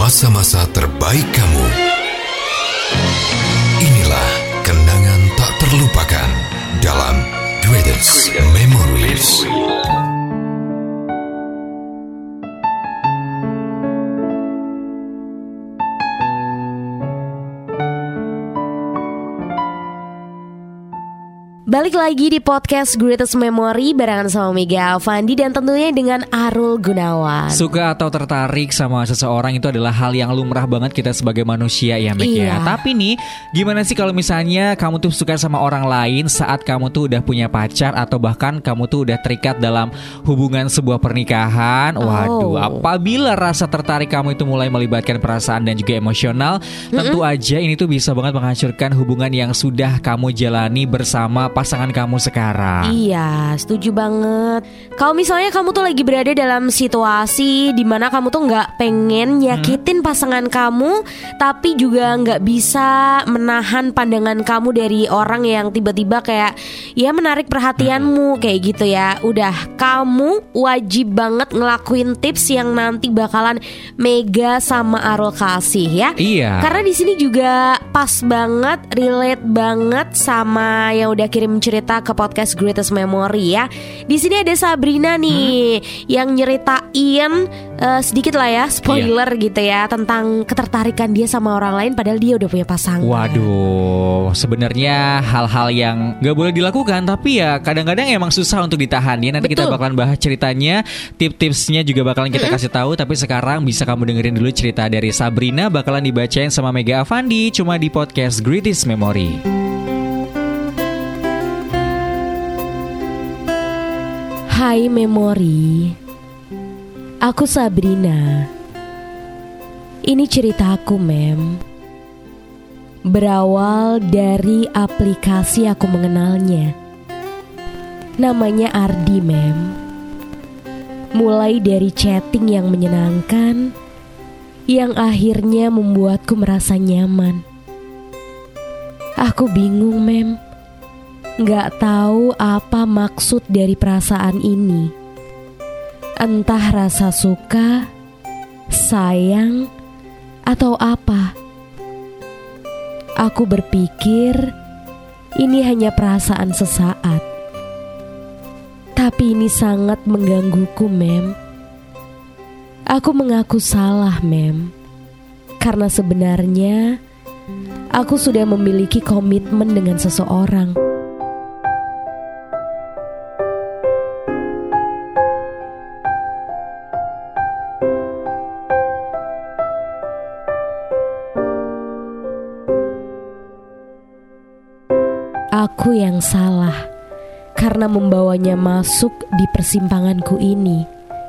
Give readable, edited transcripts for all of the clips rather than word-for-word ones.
masa-masa terbaik kamu. Inilah kenangan tak terlupakan dalam Greatest Memories. Balik lagi di podcast Greatest Memory barengan sama Mega Avandi dan tentunya dengan Arul Gunawan. Suka atau tertarik sama seseorang itu adalah hal yang lumrah banget kita sebagai manusia ya Meg ya. Tapi nih gimana sih kalau misalnya kamu tuh suka sama orang lain saat kamu tuh udah punya pacar atau bahkan kamu tuh udah terikat dalam hubungan sebuah pernikahan. Waduh, apabila rasa tertarik kamu itu mulai melibatkan perasaan dan juga emosional, tentu aja ini tuh bisa banget menghancurkan hubungan yang sudah kamu jalani bersama pasangan kamu sekarang. Iya, setuju banget. Kalau misalnya kamu tuh lagi berada dalam situasi dimana kamu tuh gak pengen nyakitin pasangan kamu, tapi juga gak bisa menahan pandangan kamu dari orang yang tiba-tiba kayak ya menarik perhatianmu kayak gitu ya. Udah, kamu wajib banget ngelakuin tips yang nanti bakalan Mega sama Arul kasih ya. Iya. Karena di sini juga pas banget, relate banget sama yang udah kirim cerita ke podcast Greatest Memory ya. Di sini ada Sabrina nih yang nyeritain sedikit lah ya, spoiler gitu ya, tentang ketertarikan dia sama orang lain padahal dia udah punya pasangan. Waduh, sebenarnya hal-hal yang gak boleh dilakukan, tapi ya kadang-kadang emang susah untuk ditahan ya. Nanti kita bakalan bahas ceritanya, tips-tipsnya juga bakalan kita kasih tahu. Tapi sekarang bisa kamu dengerin dulu cerita dari Sabrina, bakalan dibacain sama Mega Avandi cuma di podcast Greatest Memory. Hai Memori, aku Sabrina. Ini ceritaku, Mem. Berawal dari aplikasi aku mengenalnya. Namanya Ardi, Mem. Mulai dari chatting yang menyenangkan, yang akhirnya membuatku merasa nyaman. Aku bingung, Mem. Gak tahu apa maksud dari perasaan ini. Entah rasa suka, sayang, atau apa. Aku berpikir ini hanya perasaan sesaat. Tapi ini sangat menggangguku, Mem. Aku mengaku salah, Mem. Karena sebenarnya aku sudah memiliki komitmen dengan seseorang. Aku yang salah karena membawanya masuk di persimpanganku ini.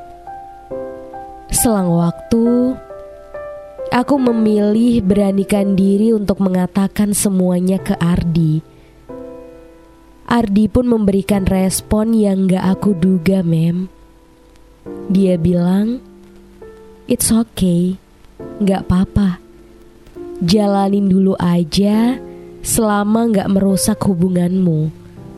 Selang waktu, aku memilih beranikan diri untuk mengatakan semuanya ke Ardi. Ardi pun memberikan respon yang gak aku duga, Mem. Dia bilang, "It's okay, gak apa-apa. Jalanin dulu aja selama gak merusak hubunganmu."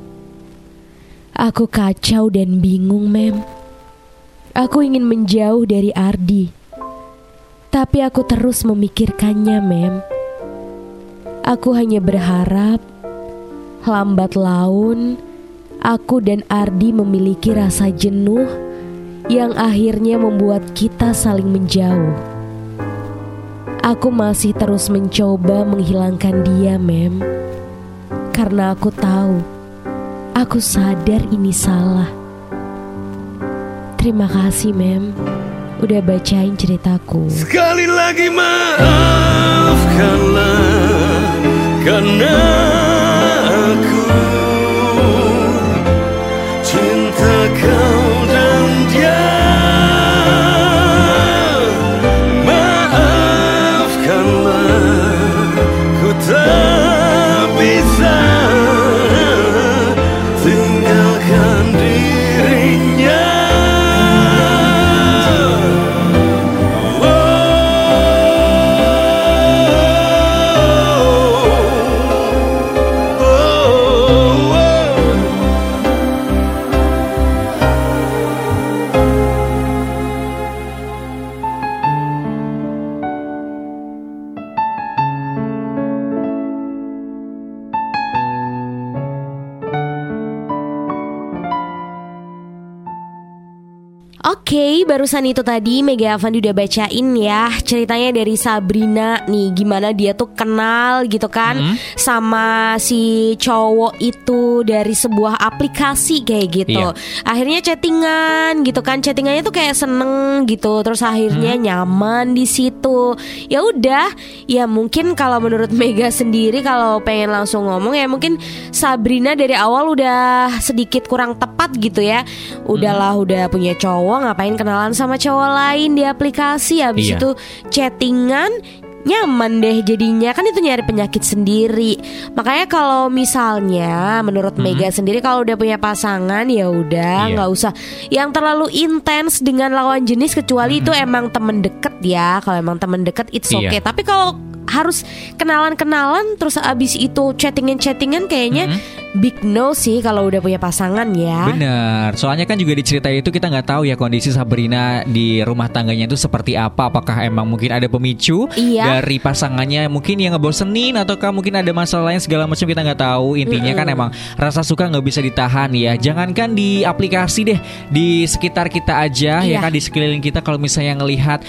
Aku kacau dan bingung, Mem. Aku ingin menjauh dari Ardi, tapi aku terus memikirkannya, Mem. Aku hanya berharap lambat laun aku dan Ardi memiliki rasa jenuh yang akhirnya membuat kita saling menjauh. Aku masih terus mencoba menghilangkan dia, Mem. Karena aku tahu, aku sadar ini salah. Terima kasih, Mem, udah bacain ceritaku. Sekali lagi maafkanlah, karena aku cinta kau dan dia. Tak bisa tinggalkan dirinya. Oke, barusan itu tadi Mega Avandi udah bacain ya ceritanya dari Sabrina nih, gimana dia tuh kenal gitu kan sama si cowok itu dari sebuah aplikasi kayak gitu. Akhirnya chattingan gitu kan, chattingannya tuh kayak seneng gitu, terus akhirnya nyaman di situ. Ya udah, ya mungkin kalau menurut Mega sendiri kalau pengen langsung ngomong ya mungkin Sabrina dari awal udah sedikit kurang tepat gitu ya. Udahlah, udah punya cowok, ngapain kenalan sama cowok lain di aplikasi. Habis itu chattingan, nyaman deh jadinya, kan itu nyari penyakit sendiri. Makanya kalau misalnya menurut Mega sendiri kalau udah punya pasangan ya udah nggak usah yang terlalu intens dengan lawan jenis, kecuali itu emang temen deket ya. Kalau emang temen deket it's okay. Tapi kalau harus kenalan-kenalan terus abis itu chattingan kayaknya big no sih kalau udah punya pasangan ya. Bener, soalnya kan juga di cerita itu kita nggak tahu ya kondisi Sabrina di rumah tangganya itu seperti apa. Apakah emang mungkin ada pemicu dari pasangannya mungkin yang ngebosenin, ataukah mungkin ada masalah lain segala macam, kita nggak tahu. Intinya kan emang rasa suka nggak bisa ditahan ya. Jangankan di aplikasi deh, di sekitar kita aja ya kan, di sekeliling kita kalau misalnya ngelihat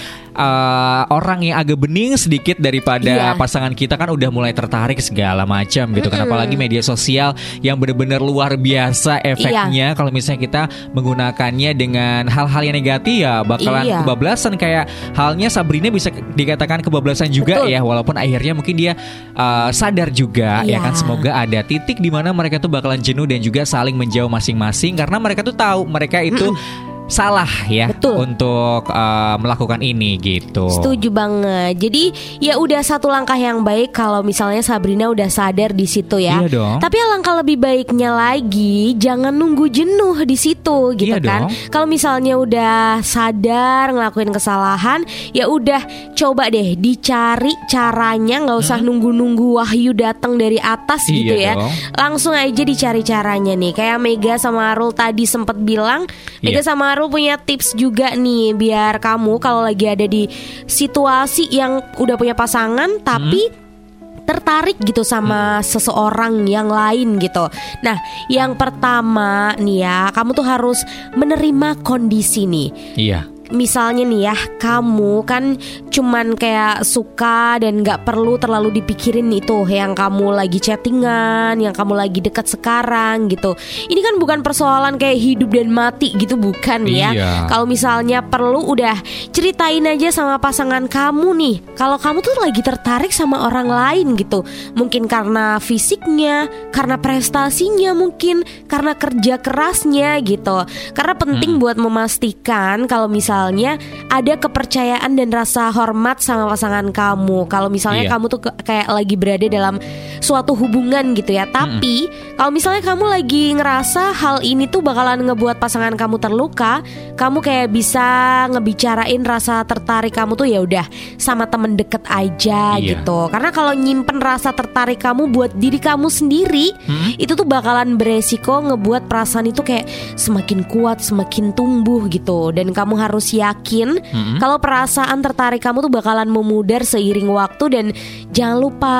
orang yang agak bening sedikit daripada pasangan kita kan udah mulai tertarik segala macam gitu kan. Apalagi media sosial yang benar-benar luar biasa efeknya. Kalau misalnya kita menggunakannya dengan hal-hal yang negatif ya bakalan kebablasan. Kayak halnya Sabrina bisa dikatakan kebablasan juga ya, walaupun akhirnya mungkin dia sadar juga ya kan. Semoga ada titik di mana mereka tuh bakalan jenuh dan juga saling menjauh masing-masing, karena mereka tuh tahu mereka itu salah ya untuk melakukan ini gitu. Setuju banget. Jadi ya udah satu langkah yang baik kalau misalnya Sabrina udah sadar di situ ya. Iya dong. Tapi alangkah lebih baiknya lagi jangan nunggu jenuh di situ gitu kan. Kalau misalnya udah sadar ngelakuin kesalahan, ya udah coba deh dicari caranya, nggak usah nunggu-nunggu wahyu datang dari atas gitu ya. Langsung aja dicari caranya nih. Kayak Mega sama Arul tadi sempat bilang, Mega sama Arul punya tips juga nih biar kamu kalau lagi ada di situasi yang udah punya pasangan tapi tertarik gitu sama seseorang yang lain gitu. Nah, yang pertama nih ya, kamu tuh harus menerima kondisi nih. Misalnya nih ya, kamu kan cuman kayak suka dan gak perlu terlalu dipikirin itu yang kamu lagi chattingan, yang kamu lagi dekat sekarang gitu. Ini kan bukan persoalan kayak hidup dan mati gitu, bukan ya. Kalau misalnya perlu udah ceritain aja sama pasangan kamu nih kalau kamu tuh lagi tertarik sama orang lain gitu. Mungkin karena fisiknya, karena prestasinya, mungkin karena kerja kerasnya gitu. Karena penting buat memastikan kalau misalnya ada kepercayaan dan rasa hormat sama pasangan kamu. Kalau misalnya kamu tuh kayak lagi berada dalam suatu hubungan gitu ya. Tapi kalau misalnya kamu lagi ngerasa hal ini tuh bakalan ngebuat pasangan kamu terluka, kamu kayak bisa ngebicarain rasa tertarik kamu tuh ya udah sama temen deket aja gitu. Karena kalau nyimpen rasa tertarik kamu buat diri kamu sendiri, itu tuh bakalan beresiko ngebuat perasaan itu kayak semakin kuat, semakin tumbuh gitu. Dan kamu harus yakin kalau perasaan tertarik kamu tuh bakalan memudar seiring waktu. Dan jangan lupa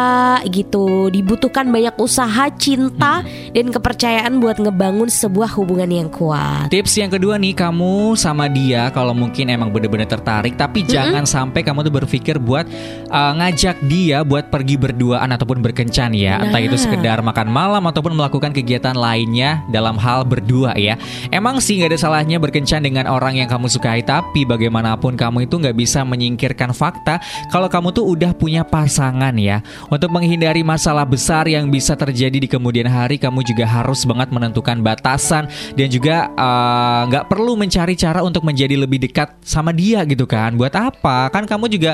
gitu, dibutuhkan banyak usaha, cinta dan kepercayaan buat ngebangun sebuah hubungan yang kuat. Tips yang kedua nih, kamu sama dia kalau mungkin emang bener-bener tertarik, tapi jangan sampai kamu tuh berpikir buat ngajak dia buat pergi berduaan ataupun berkencan ya. Entah itu sekedar makan malam ataupun melakukan kegiatan lainnya dalam hal berdua ya. Emang sih gak ada salahnya berkencan dengan orang yang kamu sukai, tapi bagaimanapun kamu itu gak bisa menyingkirkan fakta kalau kamu tuh udah punya pasangan ya. Untuk menghindari masalah besar yang bisa terjadi di kemudian hari, kamu juga harus banget menentukan batasan dan juga gak perlu mencari cara untuk menjadi lebih dekat sama dia gitu kan. Buat apa? Kan kamu juga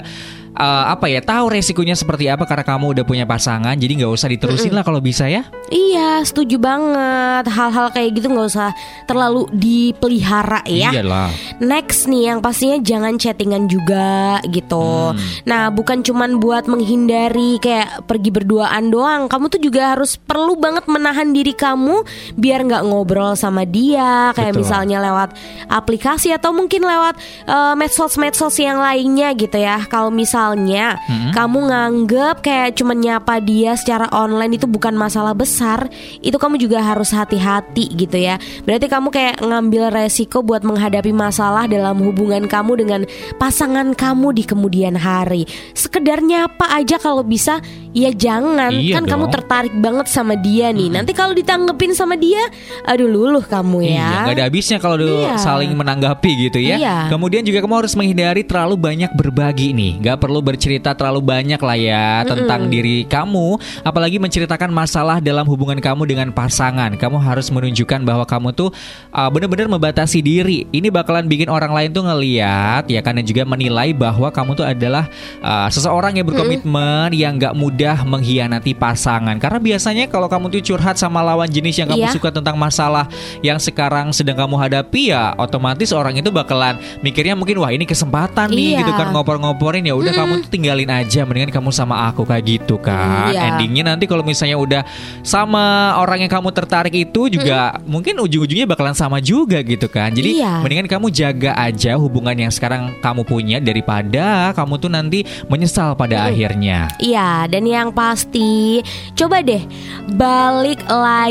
tahu resikonya seperti apa karena kamu udah punya pasangan. Jadi gak usah diterusin lah kalau bisa ya. Iya, setuju banget. Hal-hal kayak gitu gak usah terlalu dipelihara ya. Iyalah. Next nih, yang pastinya jangan chattingan juga gitu. Nah, bukan cuman buat menghindari kayak pergi berduaan doang. Kamu tuh juga harus perlu banget menahan diri kamu biar gak ngobrol sama dia. Kayak misalnya lewat aplikasi atau mungkin lewat medsos-medsos yang lainnya gitu ya. Kalau misalnya misalnya kamu nganggep kayak cuma nyapa dia secara online itu bukan masalah besar, itu kamu juga harus hati-hati gitu ya. Berarti kamu kayak ngambil resiko buat menghadapi masalah dalam hubungan kamu dengan pasangan kamu di kemudian hari. Sekedar nyapa aja kalau bisa ya jangan. Iya kan dong. kamu tertarik banget sama dia nih. Nanti kalau ditanggepin sama dia, aduh luluh kamu ya. Iya, gak ada habisnya kalau Iya. saling menanggapi gitu ya. Iya. Kemudian juga kamu harus menghindari terlalu banyak berbagi nih. Gak perlu bercerita terlalu banyak lah ya tentang diri kamu. Apalagi menceritakan masalah dalam hubungan kamu dengan pasangan. Kamu harus menunjukkan bahwa kamu tuh benar-benar membatasi diri. Ini bakalan bikin orang lain tuh ngeliat ya kan, dan juga menilai bahwa kamu tuh adalah seseorang yang berkomitmen, yang gak mudah mengkhianati pasangan. Karena biasanya kalau kamu tuh curhat sama lawan jenis yang kamu Iya. suka tentang masalah yang sekarang sedang kamu hadapi, ya otomatis orang itu bakalan mikirnya mungkin wah ini kesempatan nih Iya. gitu kan, ngopor-ngoporin, ya udah kamu tuh tinggalin aja, mendingan kamu sama aku kayak gitu kan. Iya. Endingnya nanti kalau misalnya udah sama orang yang kamu tertarik itu juga mungkin ujung-ujungnya bakalan sama juga gitu kan. Jadi Iya. mendingan kamu jaga aja hubungan yang sekarang kamu punya daripada kamu tuh nanti menyesal pada akhirnya. Iya, dan yang pasti coba deh balik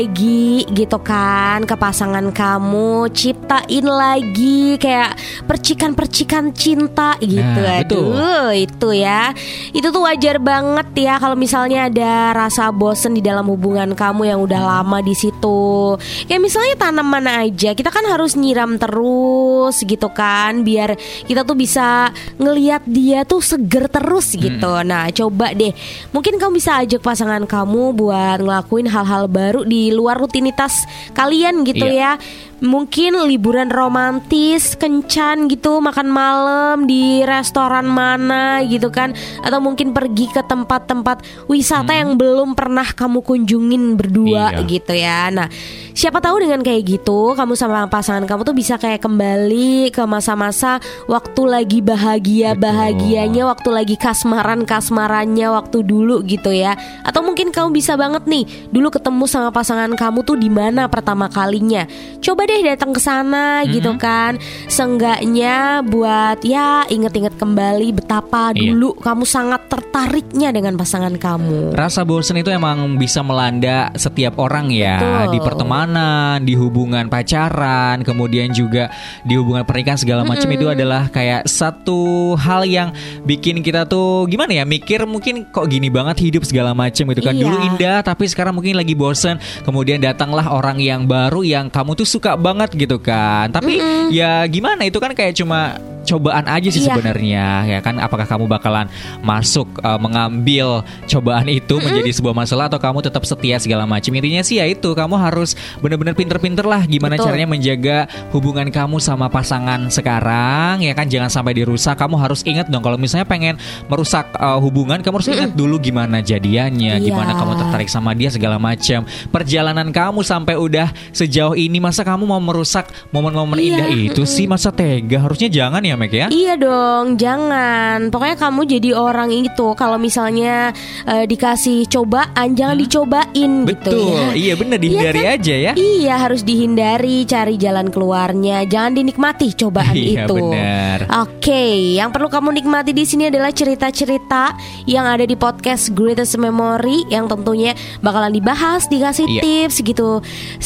lagi gitu kan ke pasangan kamu, ciptain lagi kayak percikan-percikan cinta gitu. Nah, betul. Aduh, itu ya. Itu tuh wajar banget ya kalau misalnya ada rasa bosen di dalam hubungan kamu yang udah lama di situ. Kayak misalnya tanaman aja, kita kan harus nyiram terus gitu kan, biar kita tuh bisa ngelihat dia tuh seger terus gitu. Nah, coba deh, mungkin kamu bisa ajak pasangan kamu buat ngelakuin hal-hal baru di luar rutinitas kalian gitu ya. Mungkin liburan romantis, kencan gitu, makan malam di restoran mana gitu kan, atau mungkin pergi ke tempat-tempat wisata yang belum pernah kamu kunjungin berdua Iya. gitu ya. Nah, siapa tahu dengan kayak gitu kamu sama pasangan kamu tuh bisa kayak kembali ke masa-masa waktu lagi bahagia-bahagianya, waktu lagi kasmaran-kasmarannya waktu dulu gitu ya. Atau mungkin kamu bisa banget nih dulu ketemu sama pasangan kamu tuh di mana pertama kalinya. Coba deh datang ke sana gitu kan. Seenggaknya buat ya inget-inget kembali betapa Iya. dulu kamu sangat tertariknya dengan pasangan kamu. Rasa bosan itu emang bisa melanda setiap orang ya. Betul. Di pertemanan, di hubungan pacaran, kemudian juga di hubungan pernikahan segala macam. Itu adalah kayak satu hal yang bikin kita tuh gimana ya, mikir mungkin kok gini banget hidup segala macam gitu kan. Iya. Dulu indah tapi sekarang mungkin lagi bosan. Kemudian datanglah orang yang baru yang kamu tuh suka banget gitu kan. Tapi ya gimana, itu kan kayak cuma cobaan aja sih Iya. sebenarnya ya kan. Apakah kamu bakalan masuk mengambil cobaan itu menjadi sebuah masalah, atau kamu tetap setia segala macam. Intinya sih ya itu, kamu harus benar-benar pinter-pinter lah gimana Betul. caranya menjaga hubungan kamu sama pasangan sekarang ya kan. Jangan sampai dirusak. Kamu harus ingat dong, kalau misalnya pengen merusak hubungan, kamu harus ingat dulu gimana jadiannya, Iya. gimana kamu tertarik sama dia segala macam. Perjalanan kamu sampai udah sejauh ini, masa kamu mau merusak momen-momen Iya. indah itu sih? Masa tega? Harusnya jangan ya Mek ya. Iya dong, jangan. Pokoknya kamu jadi orang itu kalau misalnya dikasih cobaan jangan dicobain gitu Betul, ya. iya bener, dihindari kan? aja ya. Iya, harus dihindari, cari jalan keluarnya. Jangan dinikmati cobaan Iya, itu. benar. Oke, yang perlu kamu nikmati di sini adalah cerita-cerita yang ada di podcast Greatest Memory yang tentunya bakalan dibahas, dikasih Iya. tips gitu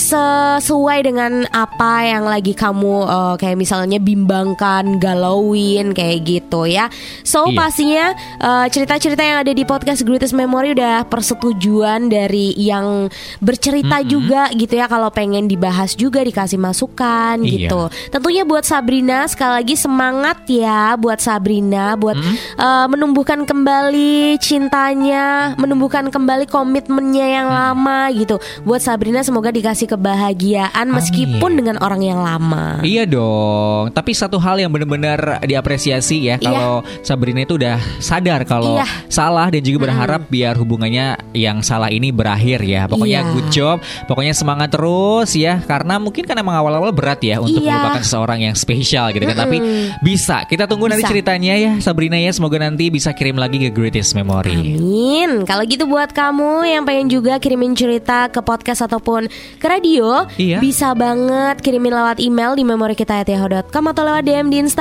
sesuai dengan apa yang lagi kamu kayak misalnya bimbangkan, galauin kayak gitu ya. So Iya. pastinya cerita-cerita yang ada di podcast Greatest Memory udah persetujuan dari yang bercerita juga gitu ya. Kalau pengen dibahas juga dikasih masukan Iya. gitu. Tentunya buat Sabrina sekali lagi semangat ya buat Sabrina buat menumbuhkan kembali cintanya, menumbuhkan kembali komitmennya yang lama gitu. Buat Sabrina semoga dikasih kebahagiaan meskipun dengan orang yang lama. Iya dong. Tapi satu hal yang benar-benar diapresiasi ya, kalau Sabrina itu udah sadar kalau Iya. salah, dan juga berharap biar hubungannya yang salah ini berakhir ya. Pokoknya Iya. good job, pokoknya semangat terus ya. Karena mungkin kan emang awal-awal berat ya untuk Iya. melupakan seseorang yang spesial gitu kan. Tapi bisa. Kita tunggu nanti Bisa. ceritanya ya Sabrina ya. Semoga nanti bisa kirim lagi ke Greatest Memory. Amin. Kalau gitu buat kamu yang pengen juga kirimin cerita ke podcast ataupun ke radio, Iya. bisa banget kirimin lewat email di memorikita@yahoo.com atau lewat DM di Instagram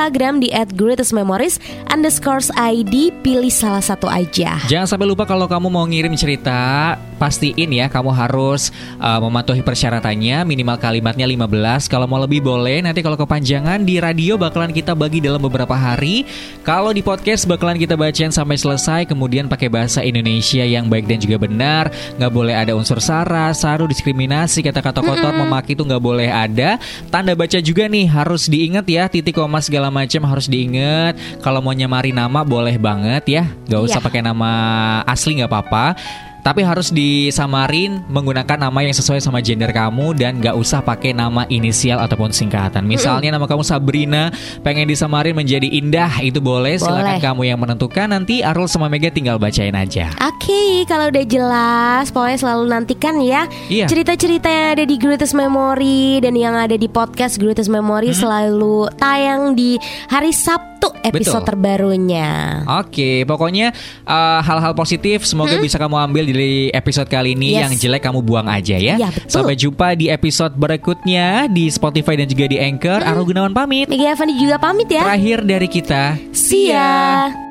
Instagram di @greatestmemories_id. Pilih salah satu aja. Jangan sampai lupa kalau kamu mau ngirim cerita, pastiin ya kamu harus mematuhi persyaratannya, minimal kalimatnya 15. Kalau mau lebih boleh, nanti kalau kepanjangan di radio bakalan kita bagi dalam beberapa hari. Kalau di podcast bakalan kita bacain sampai selesai, kemudian pakai bahasa Indonesia yang baik dan juga benar. Nggak boleh ada unsur sara, saru, diskriminasi, kata-kata kotor, memaki itu nggak boleh ada. Tanda baca juga nih harus diingat ya, titik koma segala macam harus diingat. Kalau mau nyamari nama boleh banget ya, nggak usah pakai nama asli nggak apa-apa. Tapi harus disamarin menggunakan nama yang sesuai sama gender kamu dan gak usah pakai nama inisial ataupun singkatan. Misalnya nama kamu Sabrina, pengen disamarin menjadi Indah, itu boleh. Silakan kamu yang menentukan. Nanti Arul sama Mega tinggal bacain aja. Oke, kalau udah jelas, pokoknya selalu nantikan ya cerita-cerita yang ada di Greatest Memory dan yang ada di podcast Greatest Memory selalu tayang di hari Sabtu episode terbarunya. Oke, pokoknya hal-hal positif semoga bisa kamu ambil di episode kali ini. Yang jelek kamu buang aja ya. Sampai jumpa di episode berikutnya di Spotify dan juga di Anchor. Arul Gunawan pamit. Mega Avandi juga pamit ya. Terakhir dari kita, see ya.